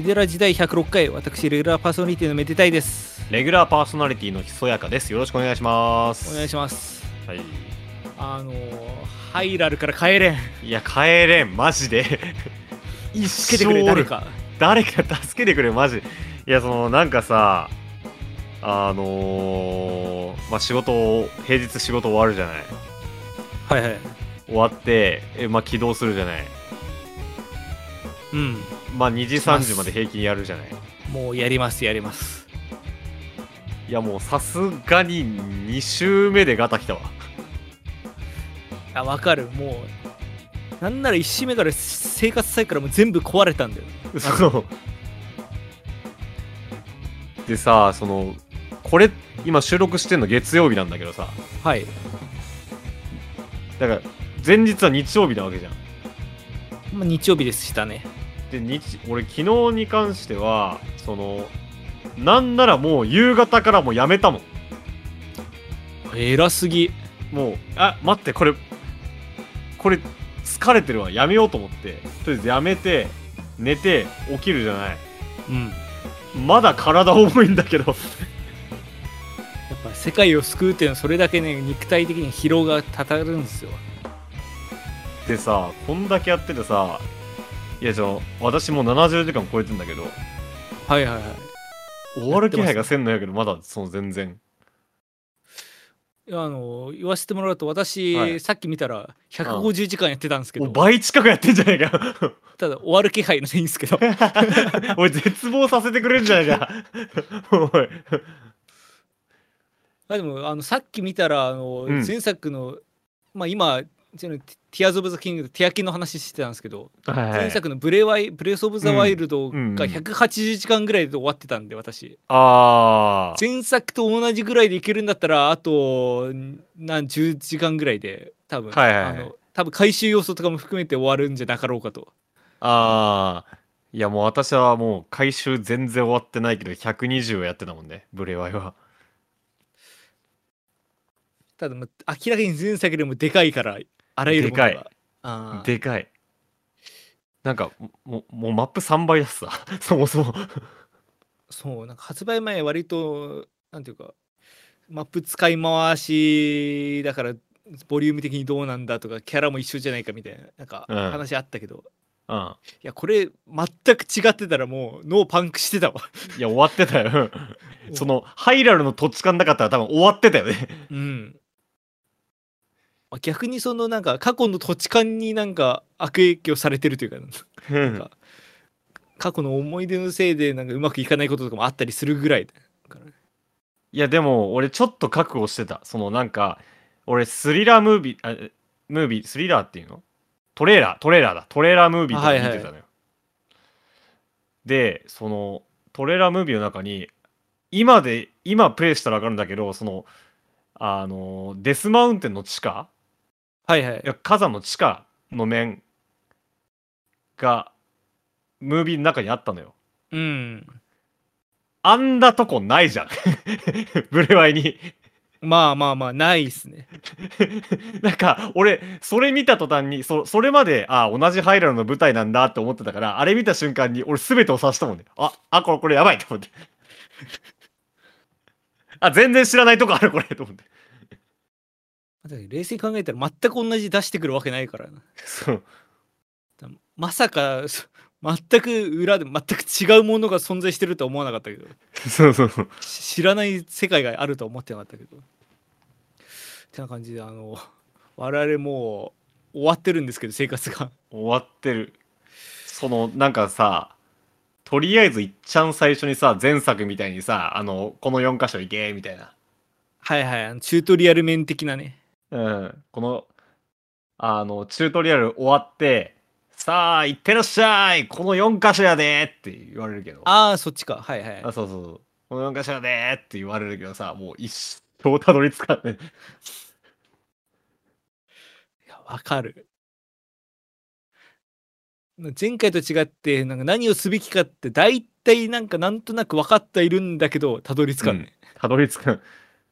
メデラ時代106回、私レギュラーパーソナリティのめでたいです。 レギュラーパーソナリティのひそやかです。よろしくお願いします。 お願いします。 はい。 ハイラルから帰れん。 いや帰れんマジで一助けてくれ誰か助けてくれマジ。いやなんかさまあ平日仕事終わるじゃない。 はいはい。 終わってまあ起動するじゃない。 うん。 まあ2時3時まで平均やるじゃない。 もうやります。 いやもうさすがに2週目でガタきたわ。 あ、わかる。もうなんなら1週目から生活サイクルも全部壊れたんだよ。 そうでさ、これ今収録してんの月曜日なんだけどさ、 はい。 だから前日は日曜日なわけじゃん。 まあ、日曜日でしたね。 で俺昨日に関してはなんならもう夕方からもうやめたもん。 偉すぎ。 もう待ってこれ疲れてるわ、やめようと思ってとりあえずやめて寝て起きるじゃない。 うん。 まだ体重いんだけどやっぱ世界を救うっていうのはそれだけね、肉体的に疲労がたたるんですよ。 でさ、こんだけやっててさ、いや私もう70時間超えてんだけど、 はいはいはい。 終わる気配がせんのやけど、まだ全然。 言わせてもらうと私、 はいさっき見たら150時間やってたんですけど、 倍近くやってんじゃないかただ終わる気配のないんですけどおい絶望させてくれんじゃないかおいでもさっき見たら前作の、まあ今ティアーズ・オブ・ザ・キングティアキンの話してたんですけど、前作のブレス・オブ・ザ・ワイルドが180時間ぐらいで終わってたんで、私前作と同じぐらいでいけるんだったらあと10時間ぐらいで多分回収要素とかも含めて終わるんじゃなかろうかと。 いやもう私はもう回収全然終わってないけど120はやってたもんね、ブレワイは。 ただ明らかに前作でもでかいから、あらゆるものがでかい。なんかもうマップ3倍だしさそもそもそう、なんか発売前割となんていうかマップ使い回しだからボリューム的にどうなんだとか、キャラも一緒じゃないかみたいななんか話あったけど、いやこれ全く違ってたらもう脳パンクしてたわいや終わってたよハイラルの土地勘なかったら多分終わってたよねうん。逆になんか過去の土地勘になんか悪影響されてるというかなんか過去の思い出のせいでなんかうまくいかないこととかもあったりするぐらいだから。 いやでも俺ちょっと覚悟してた。なんか俺スリラームービースリラーっていうのトレーラームービーとか見てたのよ。でトレーラームービーの中に今プレイしたら分かるんだけど、デスマウンテンの地下、 はいはい、 火山の地下の面がムービーの中にあったのよ。 うん。 あんなとこないじゃんブレワイにまあないっすねなんか俺それ見た途端にそれまで同じハイラルの舞台なんだって思ってたから、あれ見た瞬間に俺全てを察したもんね。これやばいと思って全然知らないとこあるこれと思って。 冷静に考えたら全く同じ出してくるわけないからな。 そうまさか全く裏で全く違うものが存在してるとは思わなかったけどそう知らない世界があるとは思ってなかったけど、ってな感じで我々もう終わってるんですけど、生活が終わってる。なんかさ、とりあえずいっちゃん最初にさ、前作みたいにさ、この4箇所行けみたいな。 はいはい、チュートリアル面的なね。 このチュートリアル終わってさあ行ってらっしゃいこの4箇所やでって言われるけど、 そっちか。はいはい、 そうこの4箇所やでって言われるけどさ、もう一生たどり着かんね。 いやわかる。前回と違ってなんか何をすべきかって大体なんとなく分かっているんだけど、たどり着かんね、 たどり着か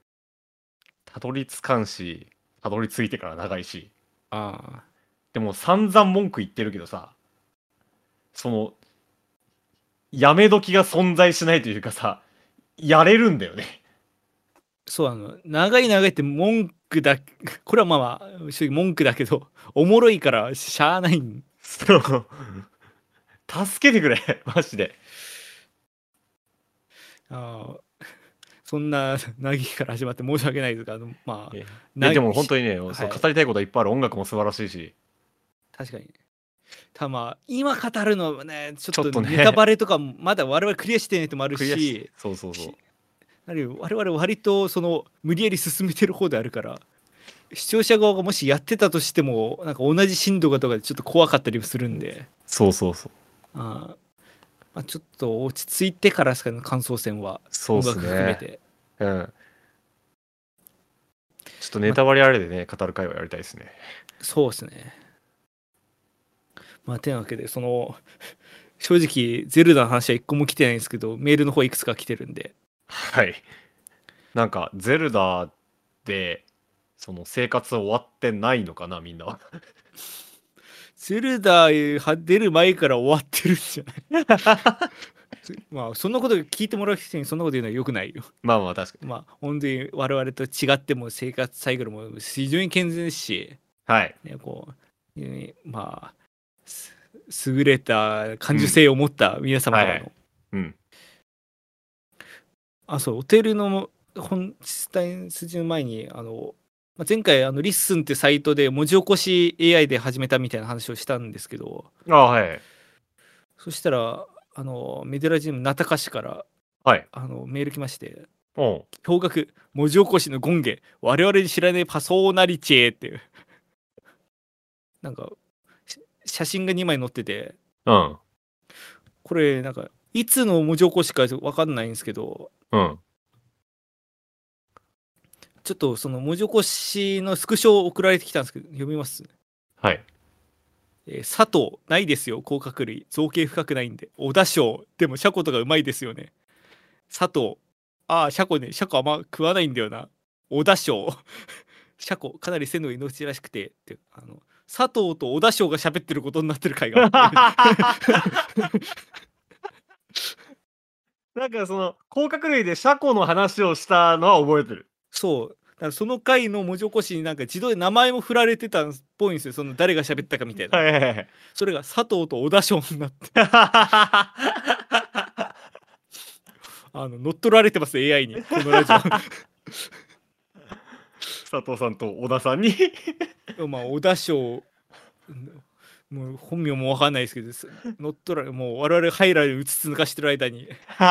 んしたどり着いてから長いし。でも散々文句言ってるけどさ、 やめ時が存在しないというかさ、やれるんだよね。 そう長いって文句だ、これはまあまあ、正直文句だけど、おもろいからしゃあないん。 そう。助けてくれ、マジで。 そんな嘆きから始まって申し訳ないですが、まあ。でも本当にね、 はい、 そう語りたいことはいっぱいある。音楽も素晴らしいし。 確かに。まあ今語るのはね、ちょっとネタバレとかまだ我々クリアしてないともあるし、 そうそうそう。 我々割とその無理やり進めてる方であるから、視聴者側がもしやってたとしてもなんか同じ進度がとかでちょっと怖かったりするんで、 そうそうそう。 まあ、ちょっと落ち着いてからですかね、感想戦は。 そうですね。 音楽含めて。 うん。ちょっとネタバレあれでね、語る会話やりたいですね。 そうですね。まあ、てなわけで、正直、ゼルダの話は一個も来てないんですけど、メールの方いくつか来てるんで。 はい。なんか、ゼルダで、その生活終わってないのかな、みんなは。 ゼルダ出る前から終わってるんじゃないまあ、そんなこと聞いてもらう人にそんなこと言うのはよくないよ。 まあまあ、確かに。 まあ、本当に我々と違っても生活サイクルも非常に健全ですし、 はい。 ね、まあ、優れた感受性を持った皆様からの。そう、おテルの本筋の前に、前回リッスンってサイトで文字起こし AI で始めたみたいな話をしたんですけど、 はい。 そしたらメデラジムナタカ氏から、 はい、 メール来まして、 驚愕、文字起こしのゴンゲ、我々に知らねえパソーナリチェっていうなんか写真が2枚載ってて、これなんかいつの文字起こしか分かんないんですけど、ちょっとその文字起こしのスクショを送られてきたんですけど、読みます。 はい。 佐藤、ないですよ、甲殻類。造形深くないんで。小田賞、でもシャコとかうまいですよね。佐藤、シャコね、シャコあんま食わないんだよな。小田賞、シャコ、かなり背の命らしくて、佐藤と小田賞が喋ってることになってる回があって。 なんかその、甲殻類でシャコの話をしたのは覚えてる。 そう。だからその回の文字起こしになんか自動で名前も振られてたっぽいんですよ。その誰が喋ったかみたいな。それが佐藤と小田賞になって。乗っ取られてます、AI に。このラジオ。 佐藤さんと小田さんにまあ、小田賞、もう本名もわかんないですけど、乗っ取られ、もう我々ハイライにうつつ抜かしてる間に。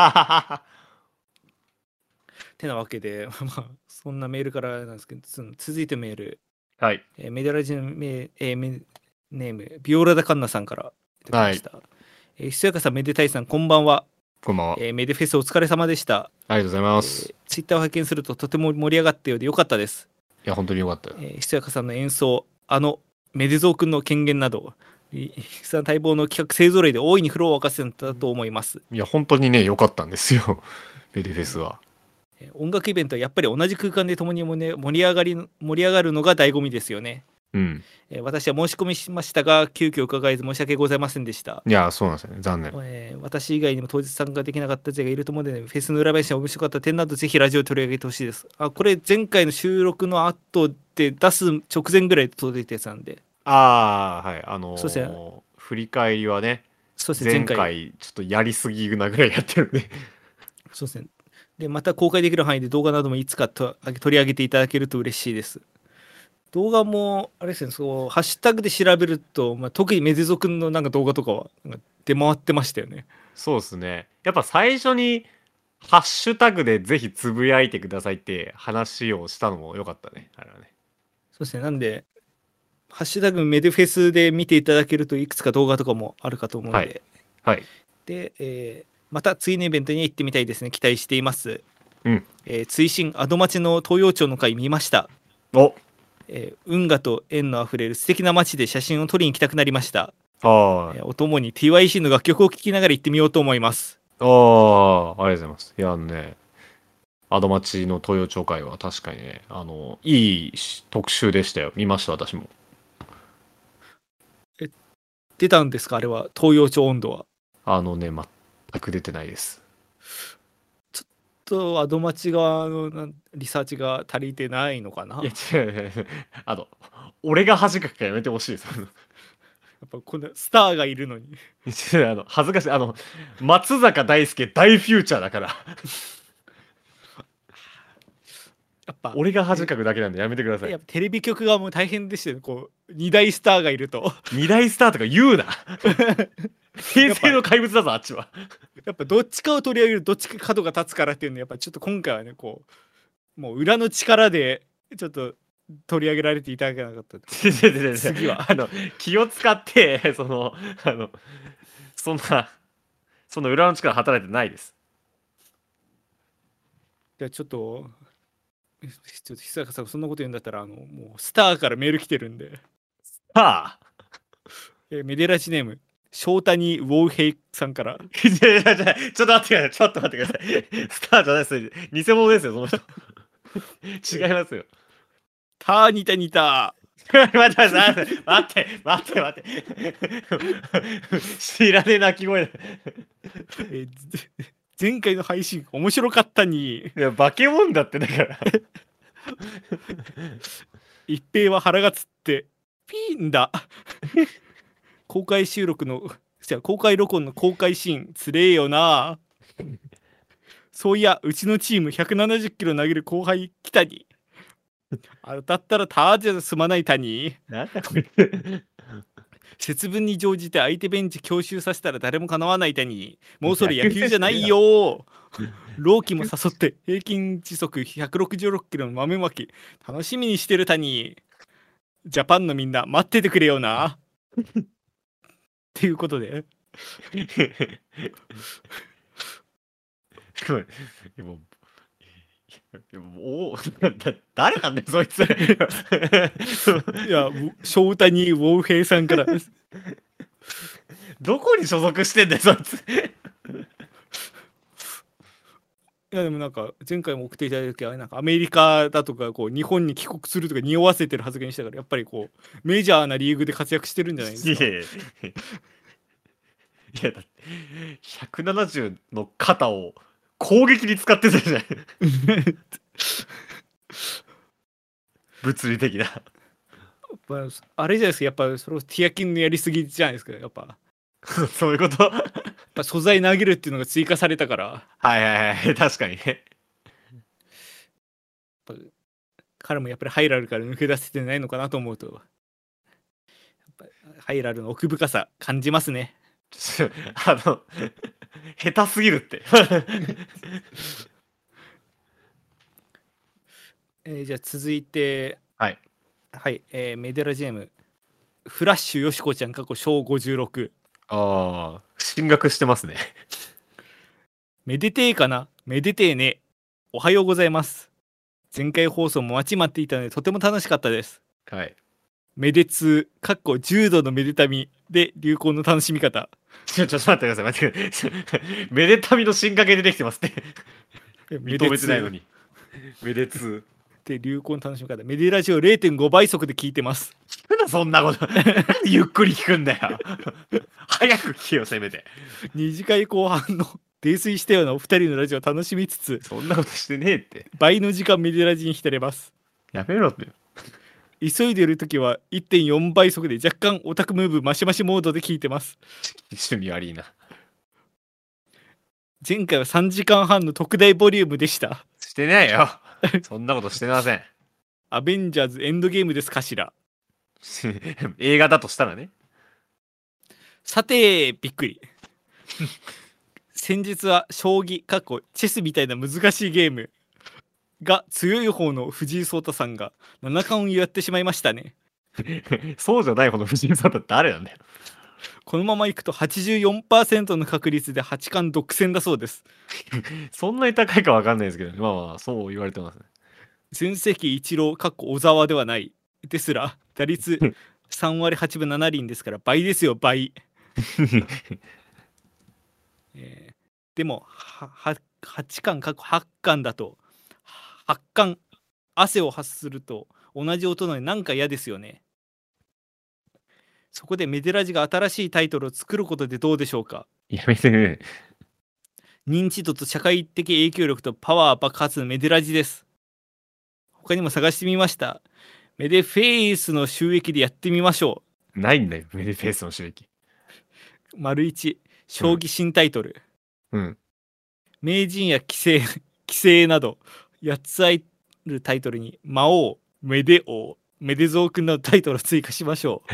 てなわけで、まあ、そんなメールからなんですけど、続いてメール。 はい。 メデラジのネーム、ビオラダカンナさんからいただきました。はい。ひそやかさん、めでたいさん、こんばんは。 こんばんは。 メデフェスお疲れ様でした。 ありがとうございます。 ツイッターを拝見するととても盛り上がったようでよかったです。 いや、本当によかったよ。 ひそやかさんの演奏、メデゾー君の権限など、さん待望の企画勢ぞろいで大いにフローを沸かせたと思います。 いや、本当にね、良かったんですよ、メデフェスは。 音楽イベントはやっぱり同じ空間で共に盛り上がるのが醍醐味ですよね。私は申し込みしましたが、急遽伺えず申し訳ございませんでした。 いや、そうなんですよね。残念。 私以外にも当日参加できなかった勢がいると思うので、フェスの裏話が面白かった点など、ぜひラジオを取り上げてほしいです。これ、前回の収録の後で出す直前ぐらいで届いたやつなんで。 はい。 そうですね、 振り返りはね、 そうですね、 前回ちょっとやりすぎなぐらいやってるんで。 そうですね。で、また公開できる範囲で動画などもいつか取り上げていただけると嬉しいです。動画も、あれですね、ハッシュタグで調べると、特にメデゾ君のなんか動画とかは出回ってましたよね。 そうですね。やっぱ最初に、ハッシュタグでぜひつぶやいてくださいって話をしたのも良かったね。あれはね。 そうですね。なんで、ハッシュタグメデフェスで見ていただけるといくつか動画とかもあるかと思うので。 はい。 で、また次のイベントに行ってみたいですね。期待しています。 うん。 追伸アドマチの東洋町の会見ました。運河と縁のあふれる素敵な街で写真を撮りに行きたくなりました。お供に TYC の楽曲を聴きながら行ってみようと思います。 ありがとうございます。いやね、アドマチの東洋町会は確かにね、いい特集でしたよ。見ました、私も。 出たんですか、あれは、東洋町温度は。 く出てないです。 ちょっとアドマチ側のリサーチが足りてないのかな。 いや違う俺が恥かくかやめてほしいです。 やっぱこんなスターがいるのに恥ずかしい。松坂大輔大フューチャーだからやっぱ俺が恥かくだけなんでやめてください。 やっぱテレビ局側も大変でしたよね。こう2大スターがいると 2大スターとか言うな平成の怪物だぞあっちは。 やっぱどっちかを取り上げるどっちか角が立つからっていうのやっぱちょっと今回はねこうもう裏の力でちょっと取り上げられていただけなかった次は気を使ってそのそんな裏の力働いてないです。 じゃあちょっと久坂さんそんなこと言うんだったらもうスターからメール来てるんではあメデラジネーム翔谷ウォウヘイさんからちょっと待ってください。ちょっと待ってください。スターじゃないです。偽物ですよ、その人。違いますよ。 ターニタニタ待って知らねえ鳴き声だ。 前回の配信面白かったに。 いや化け物だってだから一平は腹がつってピーンだ公開収録のじゃ公開録音の公開シーンつれえよな。そういやうちのチーム170キロ投げる後輩来たにだったらターじゃ済まないたに。 なんだこいつ節分に乗じて相手ベンチ強襲させたら誰もかなわないたに。もうそれ野球じゃないよ朗希も誘って平均時速166キロの豆まき楽しみにしてるたに。ジャパンのみんな待っててくれよなっていうことでお誰なんだよそいついや翔谷ウォウヘイさんからどこに所属してんだよそいついやでもなんか前回も送っていただいた時はなんかアメリカだとかこう日本に帰国するとか匂わせてる発言したからやっぱりこうメジャーなリーグで活躍してるんじゃないですか。 いやだって170の肩を攻撃に使ってたじゃん物理的なあれじゃないですか。やっぱそれをティアキンのやりすぎじゃないですか。やっぱそういうことやっぱ素材投げるっていうのが追加されたからはい確かにね彼もやっぱりハイラルから抜け出せてないのかなと思うとやっぱハイラルの奥深さ感じますね。 下手すぎるってじゃあ続いてはいはい、メデラジェームフラッシュよしこちゃん過去小56。 ああ進学してますねめでてえかなめでてえね。おはようございます。前回放送も待ち待っていたのでとても楽しかったです。 はいめでつかっこ重度のめでたみで流行の楽しみ方。 ちょっと待ってください待ってくださいめでたみの進化系出てきてますって認めてないのにめでつで流行の楽しみ方。メデラジオ 0.5 倍速で聞いてます。 聞くなそんなことゆっくり聞くんだよ早く聞けよせめて。 2次会後半の泥酔したようなお二人のラジオを楽しみつつそんなことしてねえって倍の時間メデラジに浸れます。 やめろって急いでる時は 1.4 倍速で若干オタクムーブマシマシモードで聞いてます。 趣味悪いな。 前回は3時間半の特大ボリュームでした。 してないよそんなことしてませんアベンジャーズエンドゲームですかしら。 映画だとしたらね。 さてびっくり先日は将棋過去チェスみたいな難しいゲームが強い方の藤井聡太さんが七冠を祝ってしまいましたねそうじゃない方の藤井さんって誰なんだよ。 このままいくと 84% の確率で八冠独占だそうです。 そんなに高いか分かんないですけど、まあそう言われてますね。 全盛期一郎かっこ小沢ではないですら打率3割8分7厘ですから倍ですよ倍でも八冠過去8冠だと発汗汗を発すると同じ音なのになんか嫌ですよね。そこでメデラジが新しいタイトルを作ることでどうでしょうか。 いや別に認知度と社会的影響力とパワー爆発のメデラジです。他にも探してみました。メデフェイスの収益でやってみましょう。ないんだよ、メデフェイスの収益。 丸1、将棋新タイトル。 うん。 名人や棋聖など、8つあるタイトルに、魔王、メデ王、メデゾウ君のタイトルを追加しましょう。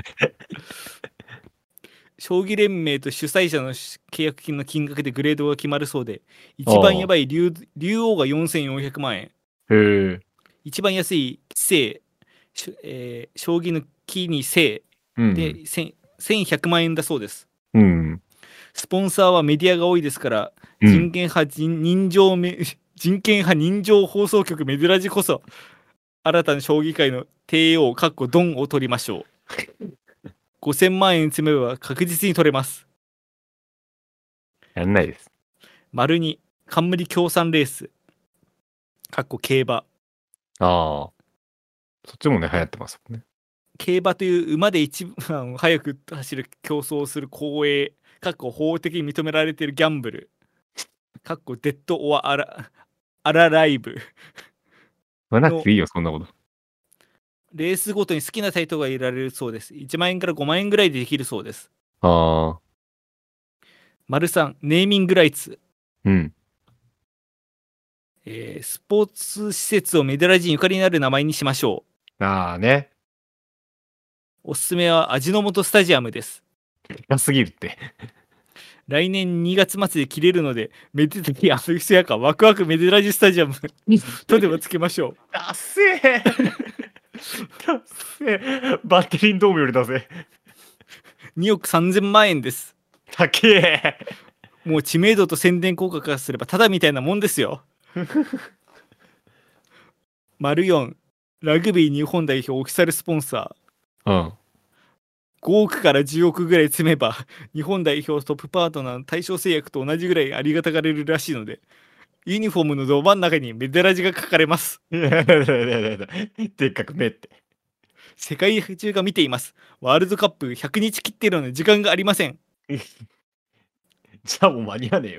将棋連盟と主催者の契約金の金額でグレードが決まるそうで、一番やばい竜王が4400万円。 へえ。 一番安い棋聖、将棋の木に聖で、1100万円だそうです。 うん。 スポンサーはメディアが多いですから、人権派人情放送局メデラジこそ、新たな将棋界の帝王、ドンを取りましょう。5000万円積めば確実に取れます。 やんないです。 丸2、冠協賛レース。競馬。 ああ。そっちもね、流行ってますもんね。 競馬という馬で一番速く走る競争をする公営、法的に認められているギャンブル。デッド・オア・アラライブ。 言わなくていいよ、そんなこと。 レースごとに好きなタイトルが得られるそうです。1万円から5万円ぐらいでできるそうです。 ああ。 丸3、ネーミングライツ。 うん。 スポーツ施設をメデラジにゆかりになる名前にしましょう。ああね。 おすすめは味の素スタジアムです。 安すぎるって。来年2月末で切れるので、めでたきアフィスやかワクワクメデラジスタジアムとでもつけましょう。 だっせーだっせーバッテリンドームよりだぜ。 2億3000万円です。 高え。 もう知名度と宣伝効果からすればただみたいなもんですよ。丸4、ラグビー日本代表オフィシャルスポンサー。うん。 5億から10億ぐらい積めば、日本代表トップパートナーの大正製薬と同じぐらいありがたがれるらしいので、ユニフォームのど真ん中にメデラジが書かれます。 でっかく目って。 世界中が見ています。ワールドカップ100日切っているので時間がありません。 じゃあもう間に合わね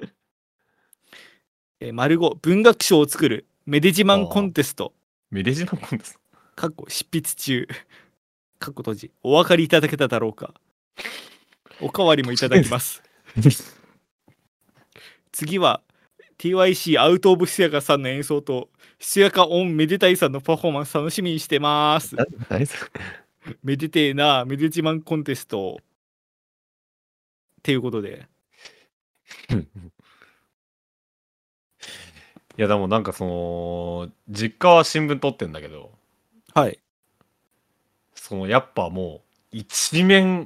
えよ。丸5、文学賞を作るメデジマンコンテスト。 メデジマンコンテスト執筆中。閉じ。お分かりいただけただろうか。おかわりもいただきます。次は TYC アウトオブシアカさんの演奏とシアカオンメデタイさんのパフォーマンス楽しみにしてます。めでてえなメデジマンコンテストっていうことで。 いやでもなんかその実家は新聞撮ってんだけど、 はい。 そのやっぱもう一面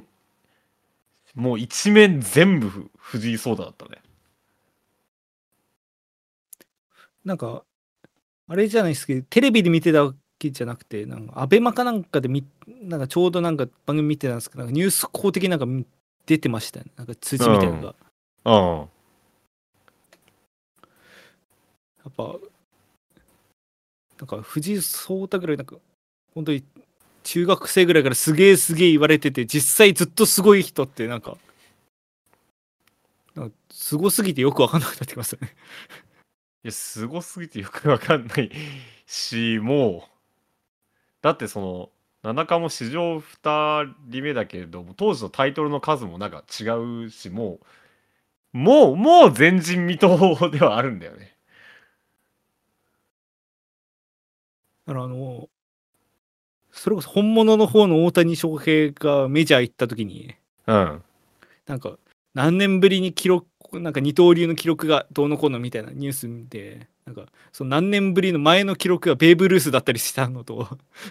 全部藤井聡太だったね。 なんかあれじゃないですけど、テレビで見てたわけじゃなくて、なんかアベマかなんかでなんかちょうどなんか番組見てたんですけど、なんかニュース公的なんか出てましたね。なんか辻みたいなのが。 うん。 やっぱなんか藤井聡太ぐらいなんか本当に中学生ぐらいからすげえ言われてて、実際ずっとすごい人ってなんかすごすぎてよく分かんなくなってきますよね。 いやすごすぎてよく分かんないし、もうだってその七冠も史上2人目だけれども、当時のタイトルの数もなんか違うし、もう前人未到ではあるんだよね。 だからそれこそ本物の方の大谷翔平がメジャー行った時に、なんか何年ぶりになんか二刀流の記録がどうのこうのみたいなニュースで、なんかその何年ぶりの前の記録がベーブ・ルースだったりしたのと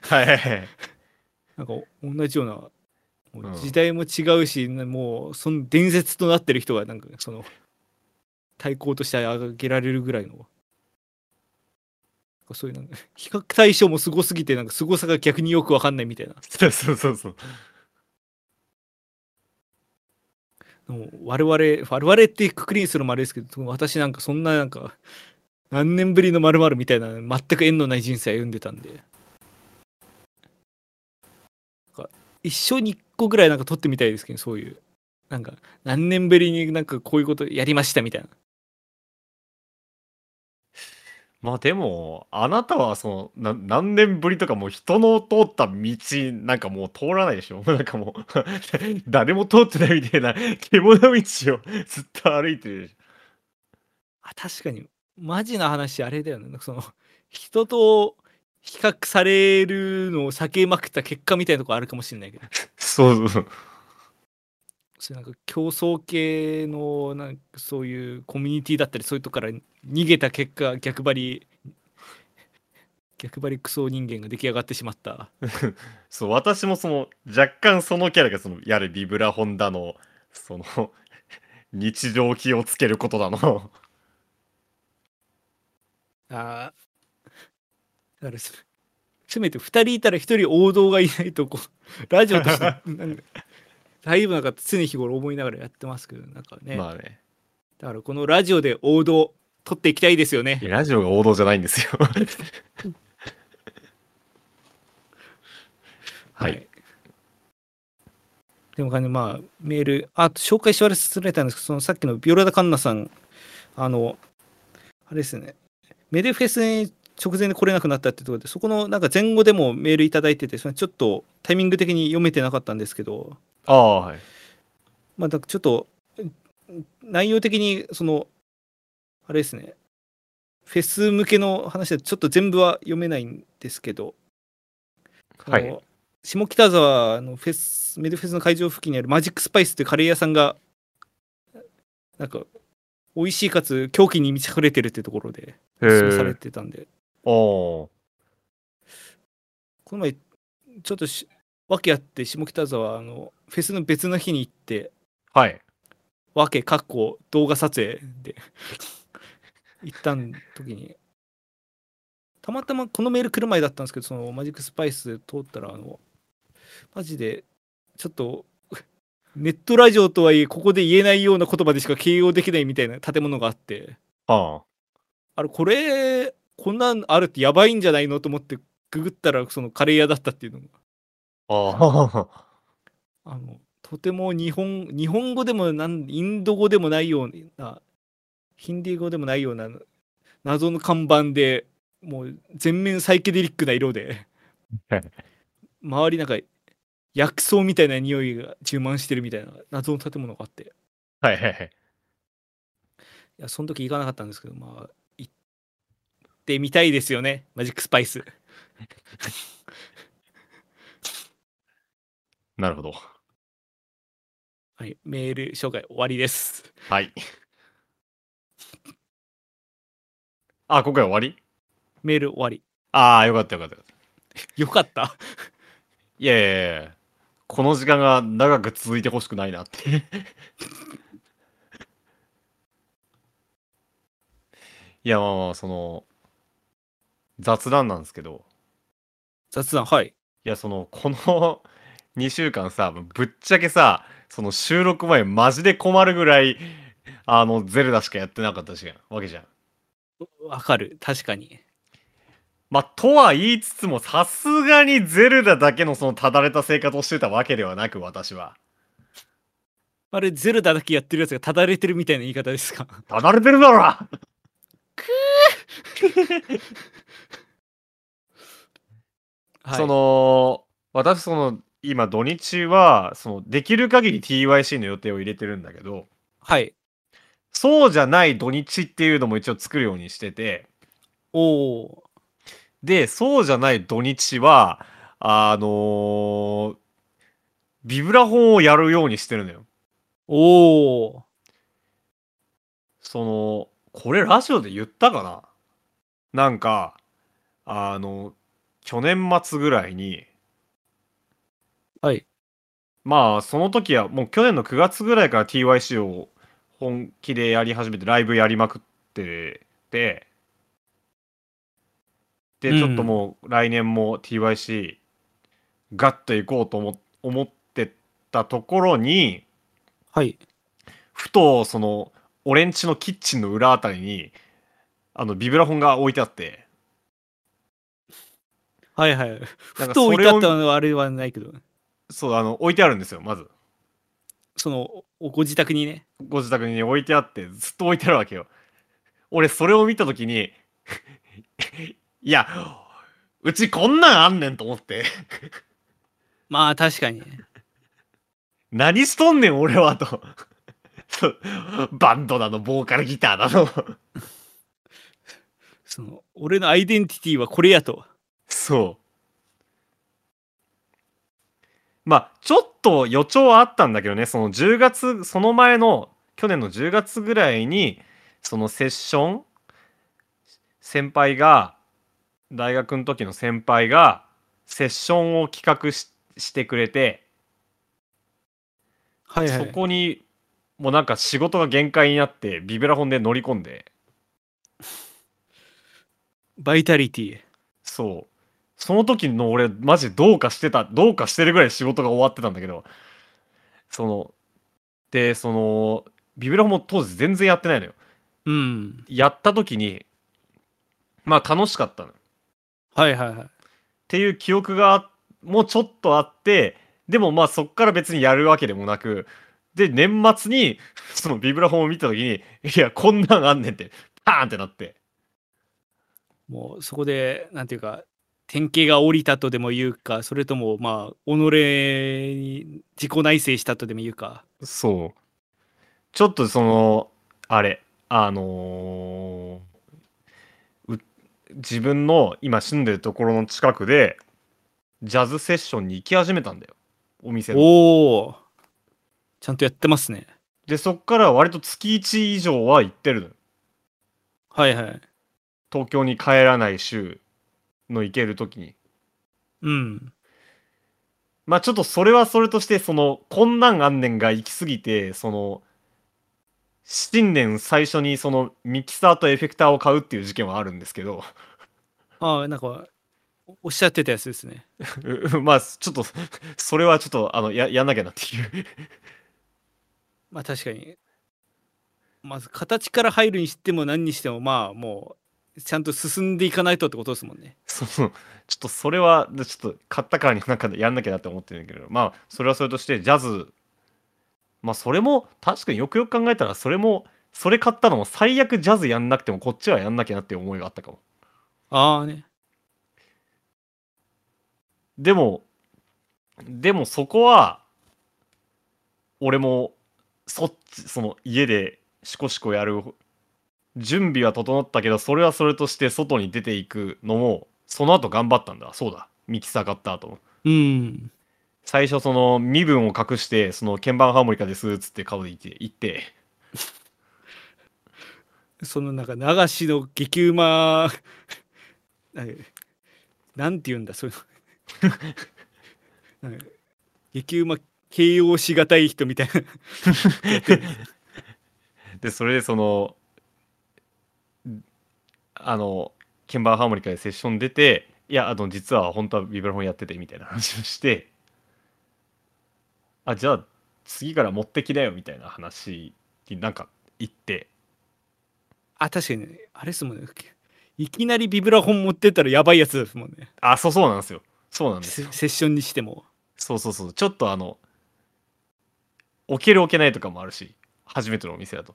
なんか同じような、もう時代も違うし、もうその伝説となってる人がなんかその対抗として挙げられるぐらいの、そういうなんか比較対象もすごすぎて、なんかすごさが逆によく分かんないみたいな。 そう。 我々ってくくりにするのもあれですけど、私なんかそんななんか何年ぶりの〇〇みたいな全く縁のない人生歩んでたんで、一生に一個ぐらいなんか撮ってみたいですけど、そういうなんか何年ぶりになんかこういうことやりましたみたいな。 まあでも、あなたは何年ぶりとかもう人の通った道なんかもう通らないでしょ。なんかもう誰も通ってないみたいな獣道をずっと歩いてるでしょ。 あ、確かに、マジな話あれだよね。人と比較されるのを避けまくった結果みたいなとこあるかもしれないけど。 そうそう。 なんか競争系のなんかそういうコミュニティだったりそういうとこから逃げた結果逆張りクソ人間が出来上がってしまった。 そう、私も若干そのキャラがやれビブラホンだの、その、日常気をつけることだの。 あだからせめて2人いたら1人王道がいないとラジオとしてだいぶなんか常日頃思いながらやってますけど、なんかね、 まあね。 だからこのラジオで王道取っていきたいですよね。 ラジオが王道じゃないんですよ。はい。 でもまあメール紹介し忘れたんですけど、さっきのビオラダカンナさん、あれですね、メデフェスに直前で来れなくなったってところで、そこのなんか前後でもメールいただいてて、ちょっとタイミング的に読めてなかったんですけど、 ああ、はい。 まあだちょっと内容的にあれですね、フェス向けの話でちょっと全部は読めないんですけど、 はい。 下北沢のメデフェスの会場付近にあるマジックスパイスっていうカレー屋さんがなんか美味しいかつ狂気に満ち溢れてるっていうところでおすすめされてたんで、 この前ちょっと訳あって下北沢フェスの別の日に行って、 はい。 訳かっこ動画撮影で行った時にたまたまこのメール来る前だったんですけど、そのマジックスパイス通ったらマジでちょっとネットラジオとはいえここで言えないような言葉でしか形容できないみたいな建物があって、こんなんあるってやばいんじゃないのと思ってググったらそのカレー屋だったっていうのが、とても日本語でもインド語でもないようなヒンディー語でもないような謎の看板で、もう全面サイケデリックな色で周りなんか薬草みたいな匂いが充満してるみたいな謎の建物があって、 はいはいはい。 いやその時行かなかったんですけど、まあ行ってみたいですよね、マジックスパイス。 なるほど。 はい、メール紹介終わりです。 はい。あ、今回終わり？ メール終わり。 ああ、よかったよかった。 よかった。 いやいやいや、この時間が長く続いてほしくないなっていや、まあまあ、雑談なんですけど、 雑談、はい。 いや、この2週間さ、ぶっちゃけさ、収録前マジで困るぐらい、ゼルダしかやってなかったわけじゃん。 わかる。確かに。 まあ、とは言いつつも、さすがにゼルダだけのただれた生活をしてたわけではなく、私は。 あれ、ゼルダだけやってるやつがただれてるみたいな言い方ですか？ ただれてるだろくーはい。 私今土日は、できる限り TYC の予定を入れてるんだけど、 はい。 そうじゃない土日っていうのも一応作るようにしてて、 おお。 で、そうじゃない土日は、ビブラフォンをやるようにしてるのよ。 おお。 これラジオで言ったかな。なんか、去年末ぐらいに、 はい。 まあ、その時はもう去年の9月ぐらいから TYC を本気でやり始めて、ライブやりまくってて、で、ちょっとうん。 もう来年も TYC ガッと行こうと思ってたところに、 はい。 ふと俺んちのキッチンの裏あたりにビブラフォンが置いてあって、 はいはい。 なんふと置いてあっかそれを、 たのはあれはないけど、 そう置いてあるんですよ。まずご自宅にね。 ご自宅に置いてあって、ずっと置いてあるわけよ。俺それを見た時に、 いや、うちこんなんあんねんと思って。 まあ確かに。 何しとんねん俺はと。バンドなの、ボーカルギターなの。 俺のアイデンティティはこれやと。 そう。まあ、ちょっと予兆はあったんだけどね、その10月、その前の、去年の10月ぐらいに、そのセッション、先輩が、大学の時の先輩が、セッションを企画してくれて、そはいはい。 こに、もうなんか仕事が限界になって、ビブラフォンで乗り込んで、 バイタリティ。 そう。その時の俺、マジどうかしてるぐらい仕事が終わってたんだけど、その、で、ビブラフォンも当時全然やってないのよ。 うん。 やった時に、まあ楽しかったの。っはいはいはい。 ていう記憶がもうちょっとあって、でもまあそっから別にやるわけでもなく、で、年末にそのビブラフォンを見た時に、いや、こんなんあんねんって、パーンってなって。 もうそこで、なんていうか、典型が降りたとでも言うか、それともまあ、己に自己内省したとでも言うか。 そう。ちょっとあれ、う自分の今住んでるところの近くで、ジャズセッションに行き始めたんだよ。お店の。 おお、ちゃんとやってますね。 で、そっから割と月1以上は行ってるのよ。 はいはい。 東京に帰らない週の行ける時に。 うん。 まあちょっとそれはそれとして、こんなんあんねんが行き過ぎて、新年最初にミキサーとエフェクターを買うっていう事件はあるんですけど、 ああ、なんか、おっしゃってたやつですね。 まあちょっと、それはちょっと、やんなきゃなっていう。 まあ確かに。まず形から入るにしても何にしても、まあもう、ちゃんと進んでいかないとってことですもんね。 ちょっとそれは、ちょっと買ったからになんかやんなきゃなって思ってるんだけど、まあそれはそれとして、ジャズ、まあそれも、確かによくよく考えたら、それ買ったのも最悪ジャズやんなくてもこっちはやんなきゃなっていう思いがあったかも。 ああね。 でも、でもそこは、俺も、家でシコシコやる準備は整ったけど、それはそれとして外に出ていくのも、その後頑張ったんだ。そうだ。ミキサー買った後。 うん。 最初身分を隠して、鍵盤ハーモニカですっつって顔で行って、 なんか流しの激うま、なんかなんて言うんだ、そういうの。なんか激うま形容しがたい人みたいなことやってるんです。 で、それであの、鍵盤ハーモニカでセッション出て、いや、実は本当はビブラフォンやっててみたいな話をして、じゃあ次から持ってきなよみたいな話になんか言って、 あ、確かにね、あれですもんね。いきなりビブラフォン持ってったらやばいやつですもんね。 そうなんですよ。そうなんですよ。 セッションにしても。 そうそうそう。ちょっと置ける置けないとかもあるし、初めてのお店だと。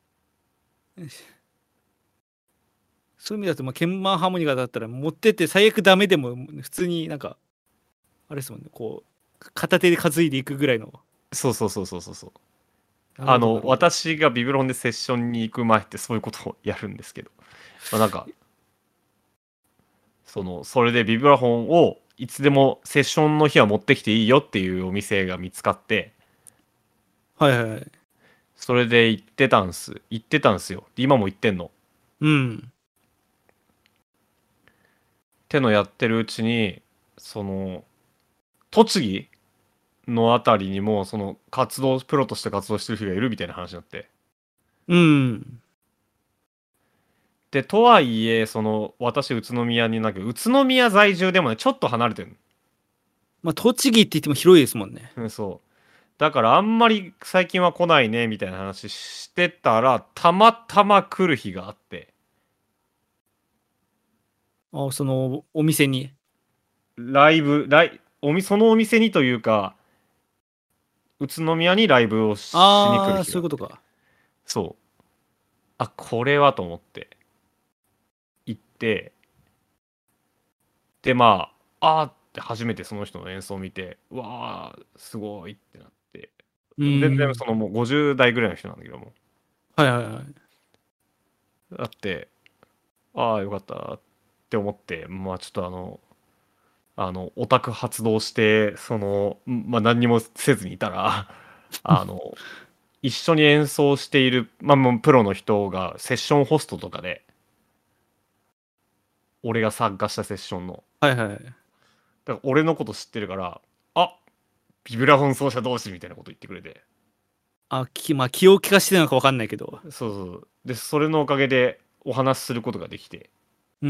そういう意味だと、まあ、鍵盤ハーモニカだったら持ってって最悪ダメでも普通になんか、あれですもんね、こう、片手で担いでいくぐらいの。 そうそうそうそうそうそう。 なるほど、なるほど。 私がビブロンでセッションに行く前ってそういうことをやるんですけど、まあ、なんか、それでビブラフォンをいつでもセッションの日は持ってきていいよっていうお店が見つかって、 はいはいはい。 それで行ってたんすよ。今も行ってんの。 うん。 ってのやってるうちに、その、栃木のあたりにも、プロとして活動してる人がいるみたいな話になって。 うん。 で、とはいえ、私、宇都宮になく、宇都宮在住でもね、ちょっと離れてる。 まあ、栃木って言っても広いですもんね。 うん、そう。だから、あんまり最近は来ないね、みたいな話してたら、たまたま来る日があって、 あ、お店に。 ライブ、ライ、そのお店にというか、宇都宮にライブをしに来るああ、 日があって。 そういうことか。 そう。これはと思って。行って、でまあって初めてその人の演奏を見て、うわーすごいってなって、全然そのもう50代ぐらいの人なんだけども、 はいはいはい。 だってよかったって思って、まあちょっとオタク発動して、まあ何にもせずにいたら、一緒に演奏している、まあもうプロの人がセッションホストとかで、俺が参加したセッションの。 はいはい。 だから俺のこと知ってるから、ビブラフォン奏者同士みたいなこと言ってくれて。 まあ気を利かしてるのか分かんないけど。 そうそう。で、それのおかげでお話しすることができて。 うん。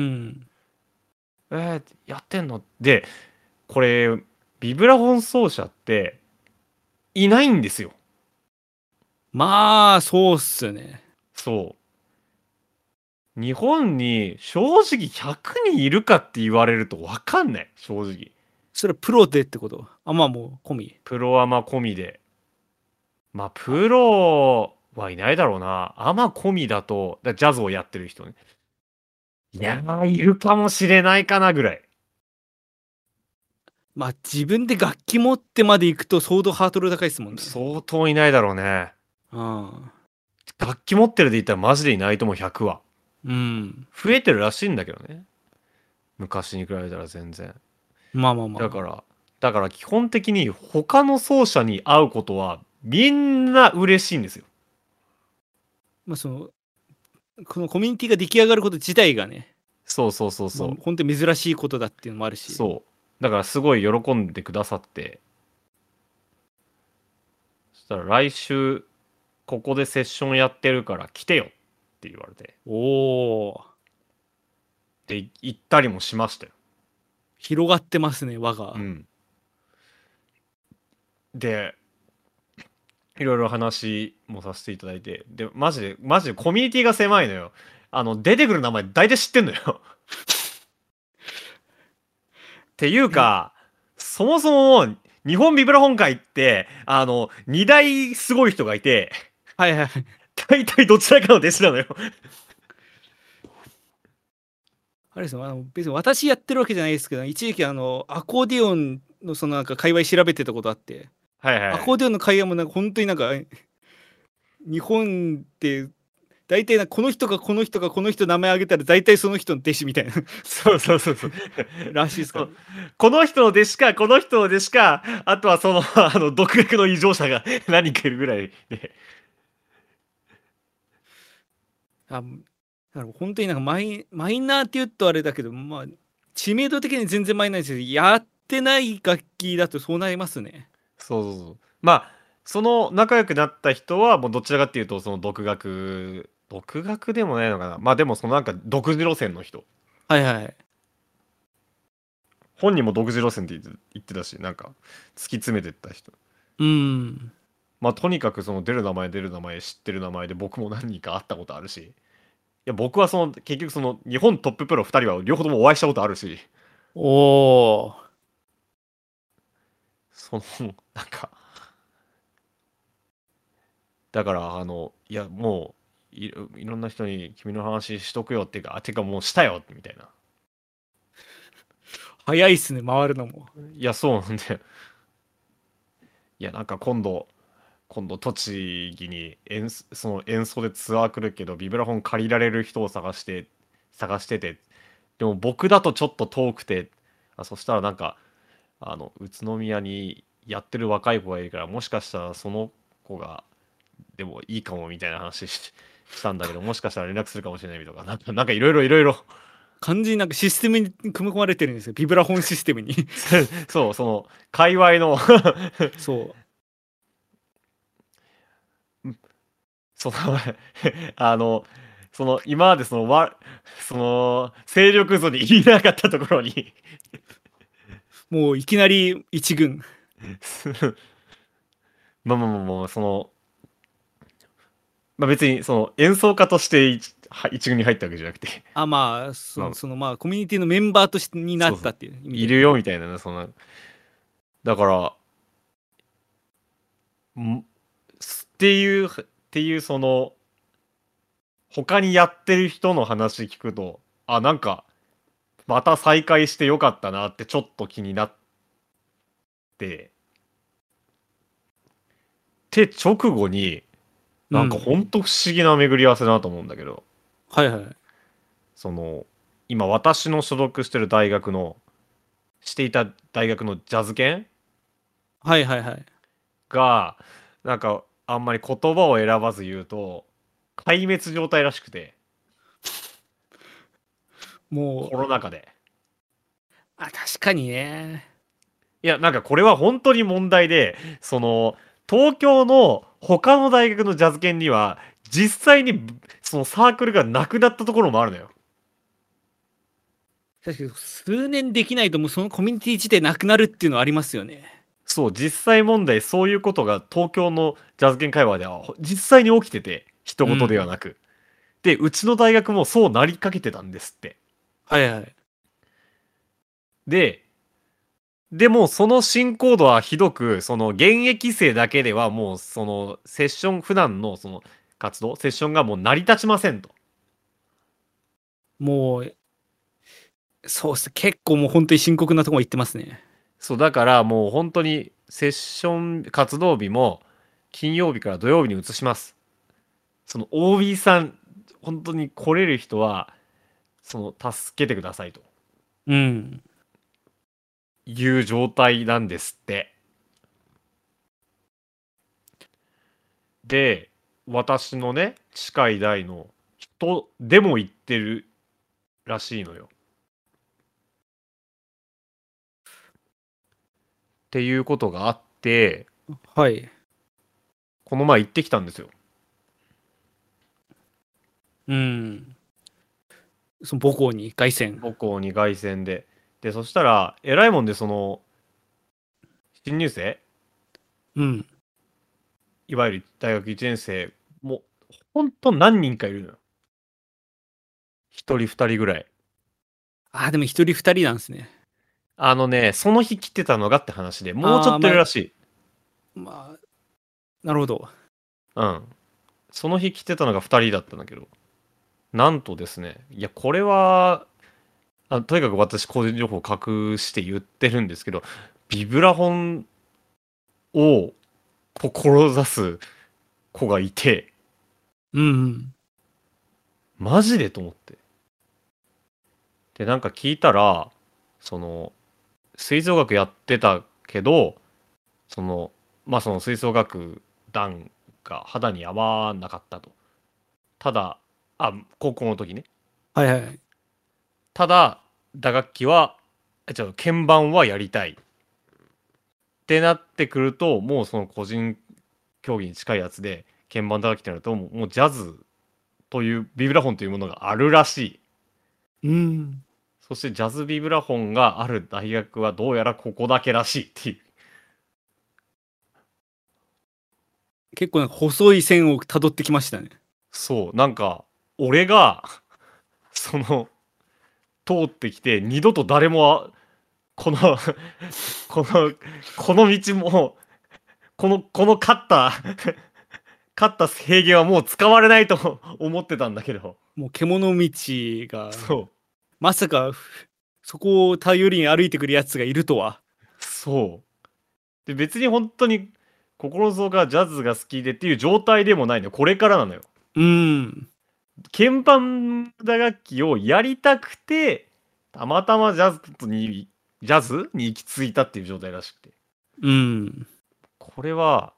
やってんので、これ、ビブラフォン奏者っていないんですよ。 まあ、そうっすよね。 そう。日本に正直100人いるかって言われると分かんない。正直。 それはプロでってこと？まあもう込み。 プロアマ込みで。まあ、プロはいないだろうな。アマ込みだと、ジャズをやってる人ね。いやー、いるかもしれないかなぐらい。 まあ自分で楽器持ってまで行くと相当ハードル高いですもんね。 相当いないだろうね。楽器持ってるで言ったらマジでいないと思う、100は。 うん。 増えてるらしいんだけどね。昔に比べたら全然。 まあまあまあ。 だから基本的に他の奏者に会うことはみんな嬉しいんですよ。 まあこのコミュニティが出来上がること自体がね。 そうそうそうそう。 まあ、本当に珍しいことだっていうのもあるし。 そう。だからすごい喜んでくださって。そしたら来週ここでセッションやってるから来てよって言われて。 おお。 で、行ったりもしましたよ。 広がってますね、輪が。 うん。で、いろいろ話もさせていただいて、で、マジでコミュニティが狭いのよ。出てくる名前大体知ってんのよ。っていうか、そもそも、日本ビブラ本会って、二大すごい人がいて、 はいはい。 大体どちらかの弟子なのよ。 あれですよ、別に私やってるわけじゃないですけど、一時期アコーディオンのなんか界隈調べてたことあって、 はいはい、 アコーディオンの界隈もなんか本当になんか、日本って大体この人がこの人がこの人名前挙げたら大体その人の弟子みたいなそうそうそうそう。 らしいですから、ね、 この人の弟子か、この人の弟子か、あとは独学の異常者が何人かいるぐらいで。 だから本当になんかマイナーって言うとあれだけど、まあ、知名度的に全然マイナーですけど、やってない楽器だとそうなりますね。 そうそうそう。まあ、その仲良くなった人は、もうどちらかっていうと、独学でもないのかな。まあでも、なんか独自路線の人。 はいはい。 本人も独自路線って言ってたし、なんか、突き詰めてった人。 うん。 まあ、とにかく出る名前、知ってる名前で、僕も何人か会ったことあるし。いや、僕は結局日本トッププロ2人は両方ともお会いしたことあるし。 おお。 なんか、だからいやもういろんな人に君の話しとくよっていうか、てかもうしたよみたいな。 早いっすね、回るのも。 いやそうなんで、いやなんか今度栃木にその演奏でツアー来るけどビブラフォン借りられる人を探してて、でも僕だとちょっと遠くて、そしたらなんか宇都宮にやってる若い子がいるから、もしかしたらその子がでもいいかもみたいな話したんだけど、もしかしたら連絡するかもしれないとか、なんかいろいろ完全になんかシステムに組み込まれてるんですよ、ビブラフォンシステムにそう、界隈のそうその今まで勢力図にいなかったところにもういきなり一軍まあ別に演奏家として一軍に入ったわけじゃなくて、 まあまあコミュニティのメンバーとしてになったっていう意味で、 いるよみたいなね、だからっていう他にやってる人の話聞くと、なんかまた再開してよかったなってちょっと気になって、で直後になんかほんと不思議な巡り合わせだなと思うんだけど、 はいはい。 その今私の所属してる大学のしていた大学のジャズ研はいはいはい。 がなんかあんまり言葉を選ばず言うと壊滅状態らしくて、 もう、 コロナ禍で。 確かにね。 いやなんかこれは本当に問題で、その東京の他の大学のジャズ研には実際にそのサークルがなくなったところもあるのよ。 確かに数年できないともうそのコミュニティ自体なくなるっていうのはありますよね。 そう、実際問題そういうことが東京のジャズ研界隈では実際に起きてて、人事ではなく。で、うちの大学もそうなりかけてたんですって。 はいはい。 でもその進行度はひどく、その現役生だけではもうそのセッション、普段のその活動、セッションがもう成り立ちませんと。 もう、そうっす。結構もう本当に深刻なところ行ってますね。 そう、だからもう本当にセッション活動日も金曜日から土曜日に移します。その OB さん、本当に来れる人は、その助けてくださいとうん。 いう状態なんですって。で、私のね、近い代の人でも言ってるらしいのよ。っていうことがあって、 はい。 この前行ってきたんですよ。 うん。その母校に凱旋。 母校に凱旋で。で、そしたら、偉いもんで、その、新入生うん。 いわゆる大学1年生も、ほんと何人かいるのよ。1人2人ぐらい。 でも一人二人なんですね。 あのね、その日来てたのがって話で、もうちょっといまあ、 るらしい。 なるほど。 うん。その日来てたのが2人だったんだけど、なんとですね、いや、これは、とにかく私個人情報を隠して言ってるんですけど、ビブラフォンを志す子がいて、 うんうん。 マジでと思って。で、なんか聞いたら、その、吹奏楽やってたけど、その、まあその吹奏楽団が肌に合わなかったと。ただ、高校の時ね。 はいはい。 ただ、打楽器は、鍵盤はやりたい。ってなってくると、もうその個人競技に近いやつで、鍵盤打楽器ってなると、もうジャズというビブラフォンというものがあるらしい。 うん。 そしてジャズビブラフォンがある大学はどうやらここだけらしいっていう。 結構なんか細い線を辿ってきましたね。 そう、なんか、俺が、その、通ってきて、二度と誰も、このこの、この道も、この勝った平原はもう使われないと思ってたんだけど。 もう獣道が、 そう。 まさか、そこを頼りに歩いてくるやつがいるとは。 そう。で、別に本当に、心臓がジャズが好きでっていう状態でもないのよ。これからなのよ。 うん。 鍵盤打楽器をやりたくて、たまたまジャズに行き着いたっていう状態らしくて。 うん。 これは、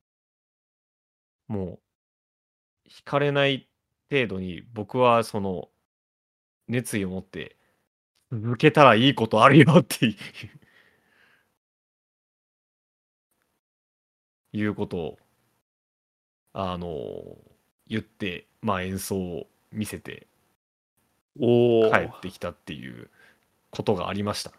もう、惹かれない程度に、僕はその、熱意を持って、続けたらいいことあるよっていうことを、あの、言って、まあ演奏を見せて帰っおお。 てきたっていうことがありました。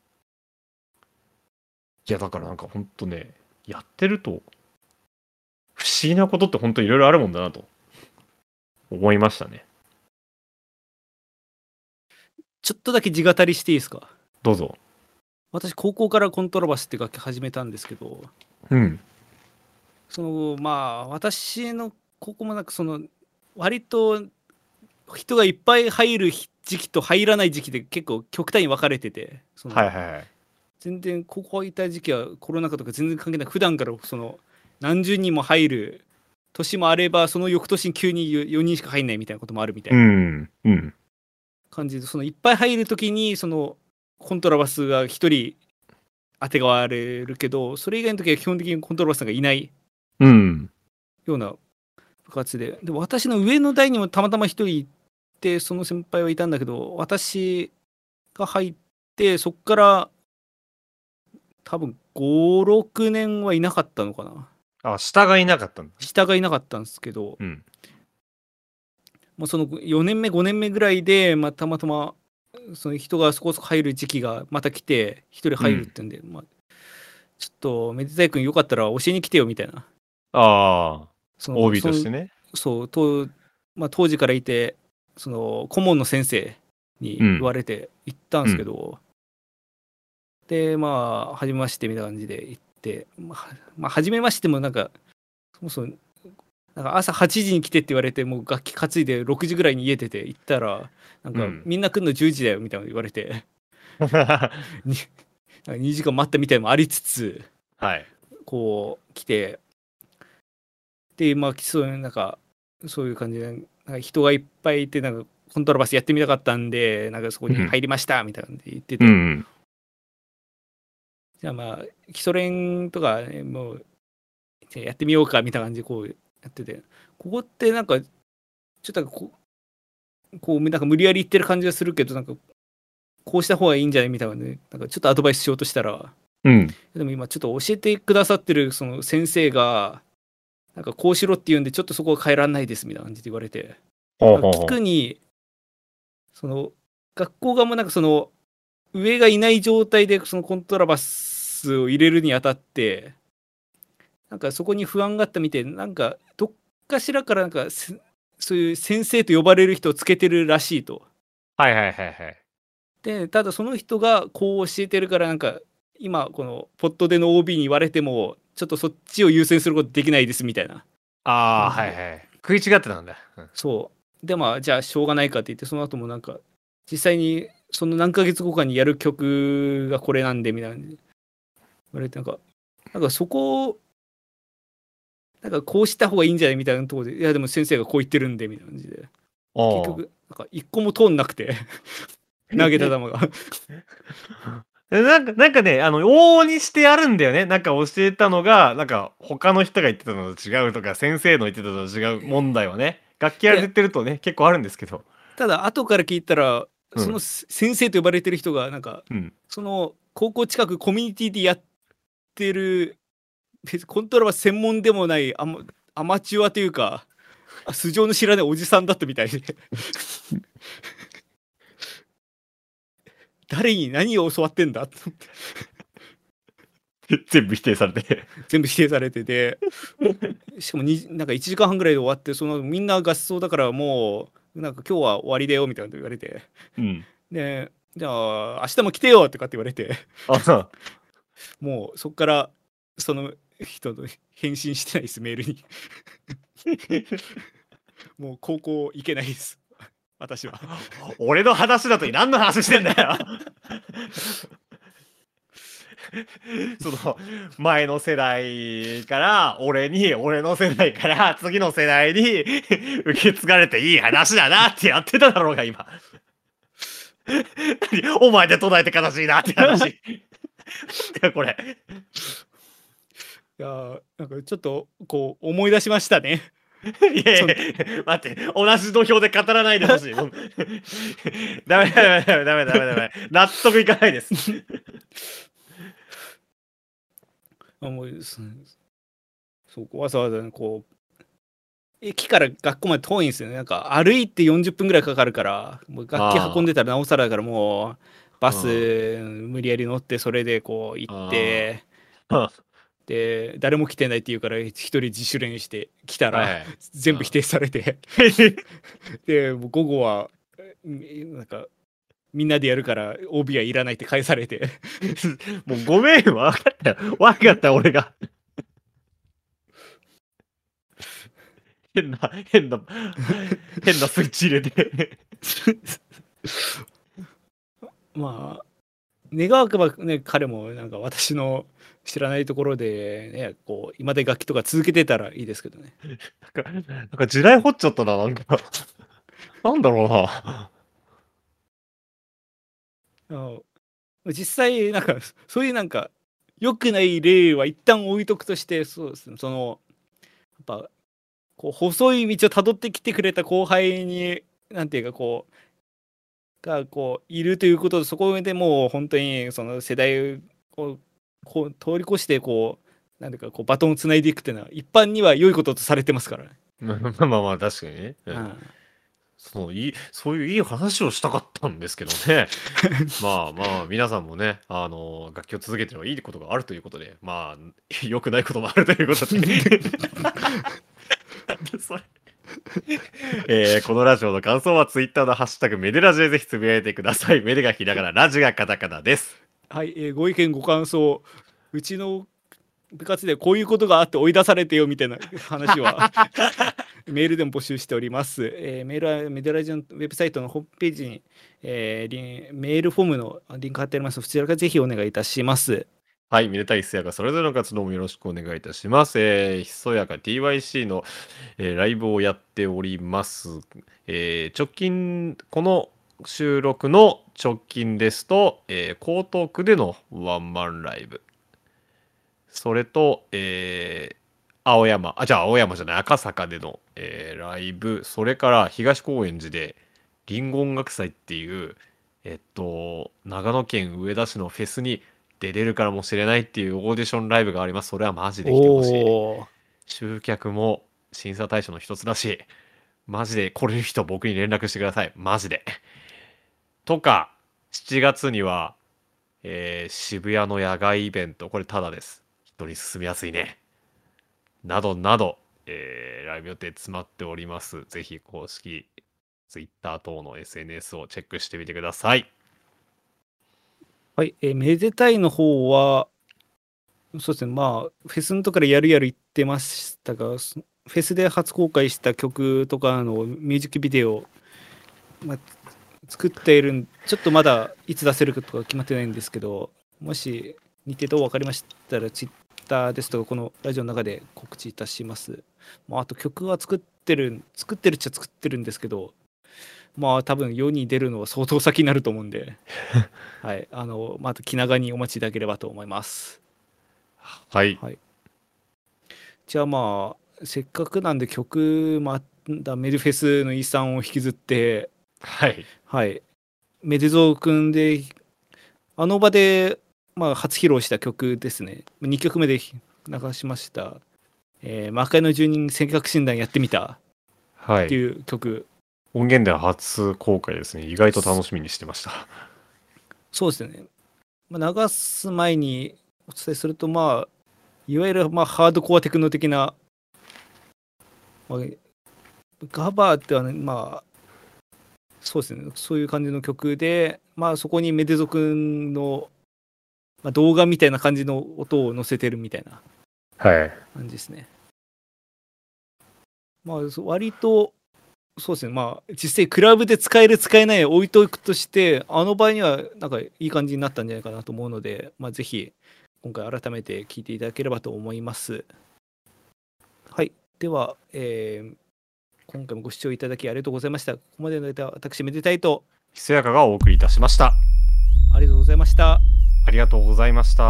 いや、だからなんかほんとね、やってると、不思議なことってほんといろいろあるもんだなと思いましたね。 ちょっとだけ地語りしていいですか？ どうぞ。 私、高校からコントラバスって楽器始めたんですけど、 うん。 私の高校もなんか割と人がいっぱい入る時期と入らない時期で結構極端に分かれてて、 はいはいはい。 全然ここいた時期はコロナ禍とか全然関係ない、普段から何十人も入る年もあれば、その翌年に急に4人しか入んないみたいなこともあるみたいな感じで、いっぱい入る時にコントラバスが1人当てがわれるけど、それ以外の時は基本的にコントラバスさんがいないような部活で、私の上の代にもたまたま1人いて、その先輩はいたんだけど、私が入ってそっから多分5、6年はいなかったのかな。 あ、下がいなかったんだ。 下がいなかったんですけど、もうその4年目5年目ぐらいで、たまたまその人がそこそこ入る時期がまた来て、1人入るってんで、ちょっとめでたい君よかったら教えに来てよみたいな。 ああ、OB としてね。 そう当時からいて、顧問の先生に言われて行ったんですけど、で初めましてみたいな感じで行って、初めましてもなんかそもそもなんか朝8時に来てって言われて、もう楽器担いで6時ぐらいに家出て行ったら、なんかみんな来るの10時だよみたいなの言われて2時間待ったみたいのもありつつ、こう来て、でなんかそういう感じで、なんか人がいっぱいいて、なんかコントラバスやってみたかったんで、なんかそこに入りましたみたいな感じで言ってて、じゃあ基礎練とか、ね、もうじゃあやってみようかみたいな感じでこうやってて、ここってなんかちょっとこうなんか無理やり言ってる感じがするけど、なんかこうした方がいいんじゃないみたいなね、なんかちょっとアドバイスしようとしたら、でも今ちょっと教えてくださってるその先生がなんかこうしろって言うんで、ちょっとそこは変えらんないですみたいな感じで言われて、聞くに学校側もなんか上がいない状態でそのコントラバスを入れるにあたって、なんかそこに不安があったみたいで、なんかどっかしらからなんかそういう先生と呼ばれる人をつけてるらしいと。でただその人がこう教えてるから、なんか今このポットでの OB に言われてもちょっとそっちを優先することできないですみたいな。 食い違ってたんだ。 そうでじゃあしょうがないかって言って、その後もなんか実際にその何ヶ月後かにやる曲がこれなんでみたいな言われて、なんかそこなんかこうした方がいいんじゃないみたいなところで、いやでも先生がこう言ってるんでみたいな感じで、結局なんか一個も通んなくて投げた球がなんかね、往々にしてやるんだよね。なんか教えたのが、なんか他の人が言ってたのと違うとか、先生の言ってたのと違う問題はね、楽器やってるとね、結構あるんですけど。 ただ後から聞いたら、その先生と呼ばれてる人がなんか、その高校近くコミュニティでやってるコントラバス専門でもないアマチュアというか素性の知らないおじさんだったみたいで誰に何を教わってんだ全部否定されて全部否定されててしかもなんか1時間半ぐらいで終わって、みんな合奏だからもうなんか今日は終わりだよみたいなこと言われて、でじゃあ明日も来てよとかって言われてもうそっからその人の返信してないです、メールにもう高校行けないです私は俺の話だと何の話してんだよその前の世代から俺の世代から次の世代に受け継がれていい話だなってやってただろうが今お前で唱えて悲しいなって話これいやなんかちょっとこう思い出しましたねいやいや待って、同じ土俵で語らないでほしいダメ納得いかないですもうそうわざわざこう駅から学校まで遠いんですよね。なんか歩いて40分ぐらいかかるから、もう楽器運んでたらなおさらだから、もうバス無理やり乗ってそれでこう行ってで誰も来てないって言うから一人自主練して来たら、全部否定されてでもう午後はなんかみんなでやるから帯はいらないって返されてもうごめん、分かった俺が変なスイッチ入れてまあ願わくばね、彼もなんか私の知らないところでね、こう今で楽器とか続けてたらいいですけどね。 なんか地雷掘っちゃったな、なんかなんだろうな。実際なんかそういうなんか良くない例は一旦置いとくとして、そうですね、そのやっぱこう細い道をたどってきてくれた後輩になんていうかこうがこういるということで、そこでもう本当にその世代をこう通り越してこうなんていうかこうバトンをつないでいくっていうのは一般には良いこととされてますからね。 まあ確かにね、そういういい話をしたかったんですけどねまあ皆さんもね楽器を続けてもいいことがあるということで、まあ良くないこともあるということでそれこのラジオの感想はツイッターのハッシュタグメデラジでぜひつぶやいてください。メデがひらがな、ラジがカタカナです。 はい、ご意見ご感想、うちの部活でこういうことがあって追い出されてよみたいな話はメールでも募集しております。メールはメデラジのウェブサイトのホームページに、メールフォームのリンク貼ってあります。そちらからぜひお願いいたします。 はい、めでたいひそやかそれぞれの活動もよろしくお願いいたします。ひそやか TYC の、ライブをやっております。直近、この収録の直近ですと、江東区でのワンマンライブ。それと、青山じゃない、赤坂での、ライブ、それから東高円寺でリンゴ音楽祭っていう、長野県上田市のフェスに出れるからもしれないっていうオーディションライブがあります。それはマジで来てほしい。集客も審査対象の一つだし、マジで来れる人僕に連絡してください。マジで。とか、7月には、渋谷の野外イベント、これタダです。人に進みやすいね。などなど、ライブ予定詰まっております。ぜひ公式 Twitter 等の SNS をチェックしてみてください。 はい、めでたいの方は、そうですね、まあ、フェスのとこからやる言ってましたが、フェスで初公開した曲とかのミュージックビデオ、作っているちょっとまだいつ出せるかとか決まってないんですけど、もし日程等分かりましたら、ツイッターですとか、このラジオの中で告知いたします。あと曲は作ってるっちゃ作ってるんですけど、まあ多分世に出るのは相当先になると思うんではい、また気長にお待ちいただければと思います。 はい、 じゃあまあせっかくなんで曲まだメルフェスの遺産を引きずってメデゾーくんで場で、初披露した曲ですね。2曲目で流しました魔界の住人尖閣診断やってみたっていう曲、 音源では初公開ですね。意外と楽しみにしてました。 そうですね。流す前にお伝えすると、いわゆるハードコアテクノ的な、ガバーってはね、そうですね、そういう感じの曲で、そこにメデゾ君の、動画みたいな感じの音を載せてるみたいな感じですね。割とそうですね、実際クラブで使える使えない置いとくとして、場合にはなんかいい感じになったんじゃないかなと思うので、ぜひ今回改めて聞いていただければと思います。はい、では、今回もご視聴いただきありがとうございました。ここまでの間、私めでたいとひそやかがお送りいたしました。 ありがとうございました。 ありがとうございました。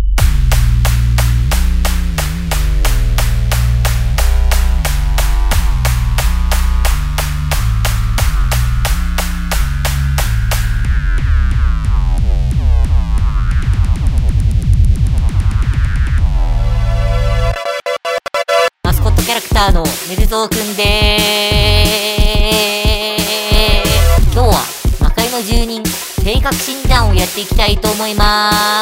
キャラクターのメデゾーくんでーす。今日は魔界の住人性格診断をやっていきたいと思います。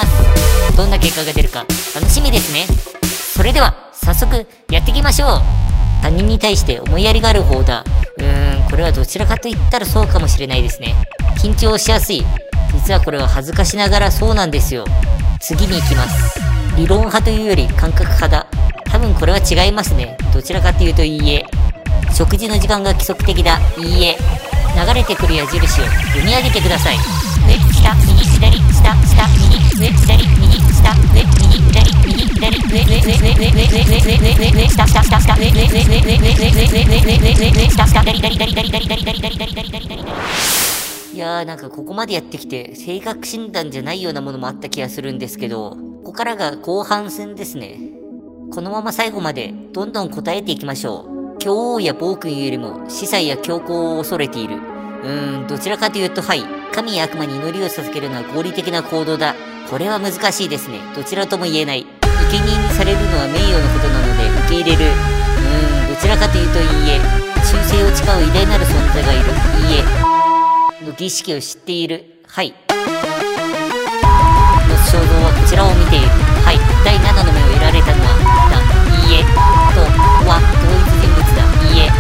どんな結果が出るか楽しみですね。それでは早速やっていきましょう。他人に対して思いやりがある方だ。これはどちらかと言ったらそうかもしれないですね。緊張しやすい。実はこれは恥ずかしながらそうなんですよ。次に行きます。理論派というより感覚派だ。多分分これは違いますね。どちらかというといいえ。食事の時間が規則的だ。いいえ。流れてくる矢印を読み上げてください。上、下、右、左、下、下、右、上、左、右、下、上、右、左、右、左、上、上、上、上、上、上、上、上、上、上、上、下、下、下、下、上、上、上、上、上、上、上、上、上、下、下、左、左、左、左、左、左、左、左、左、左、左、左。いやー、なんかここまでやってきて性格診断じゃないようなものもあった気がするんですけど、ここからが後半戦ですね。このまま最後までどんどん答えていきましょう。教王や暴君よりも司祭や教皇を恐れている。どちらかというとはい。神や悪魔に祈りを授けるのは合理的な行動だ。これは難しいですね。どちらとも言えない。生贄にされるのは名誉のことなので受け入れる。どちらかというといいえ。忠誠を誓う偉大なる存在がいる。いいえ。の儀式を知っている。はい。の衝動はこちらを見ている。はい。第7の目を得られたのはだ。いいえ。とは同一人物だ。いいえ。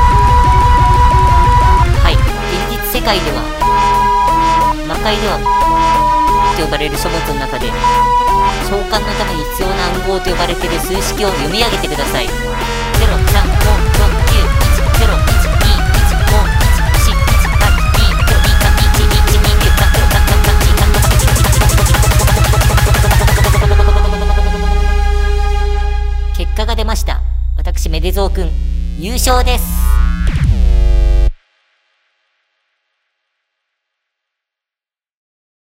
はい。現実世界では魔界ではと呼ばれる書物の中で召喚のために必要な暗号と呼ばれている数式を読み上げてください。結果が出ました。私メデゾーくん優勝です。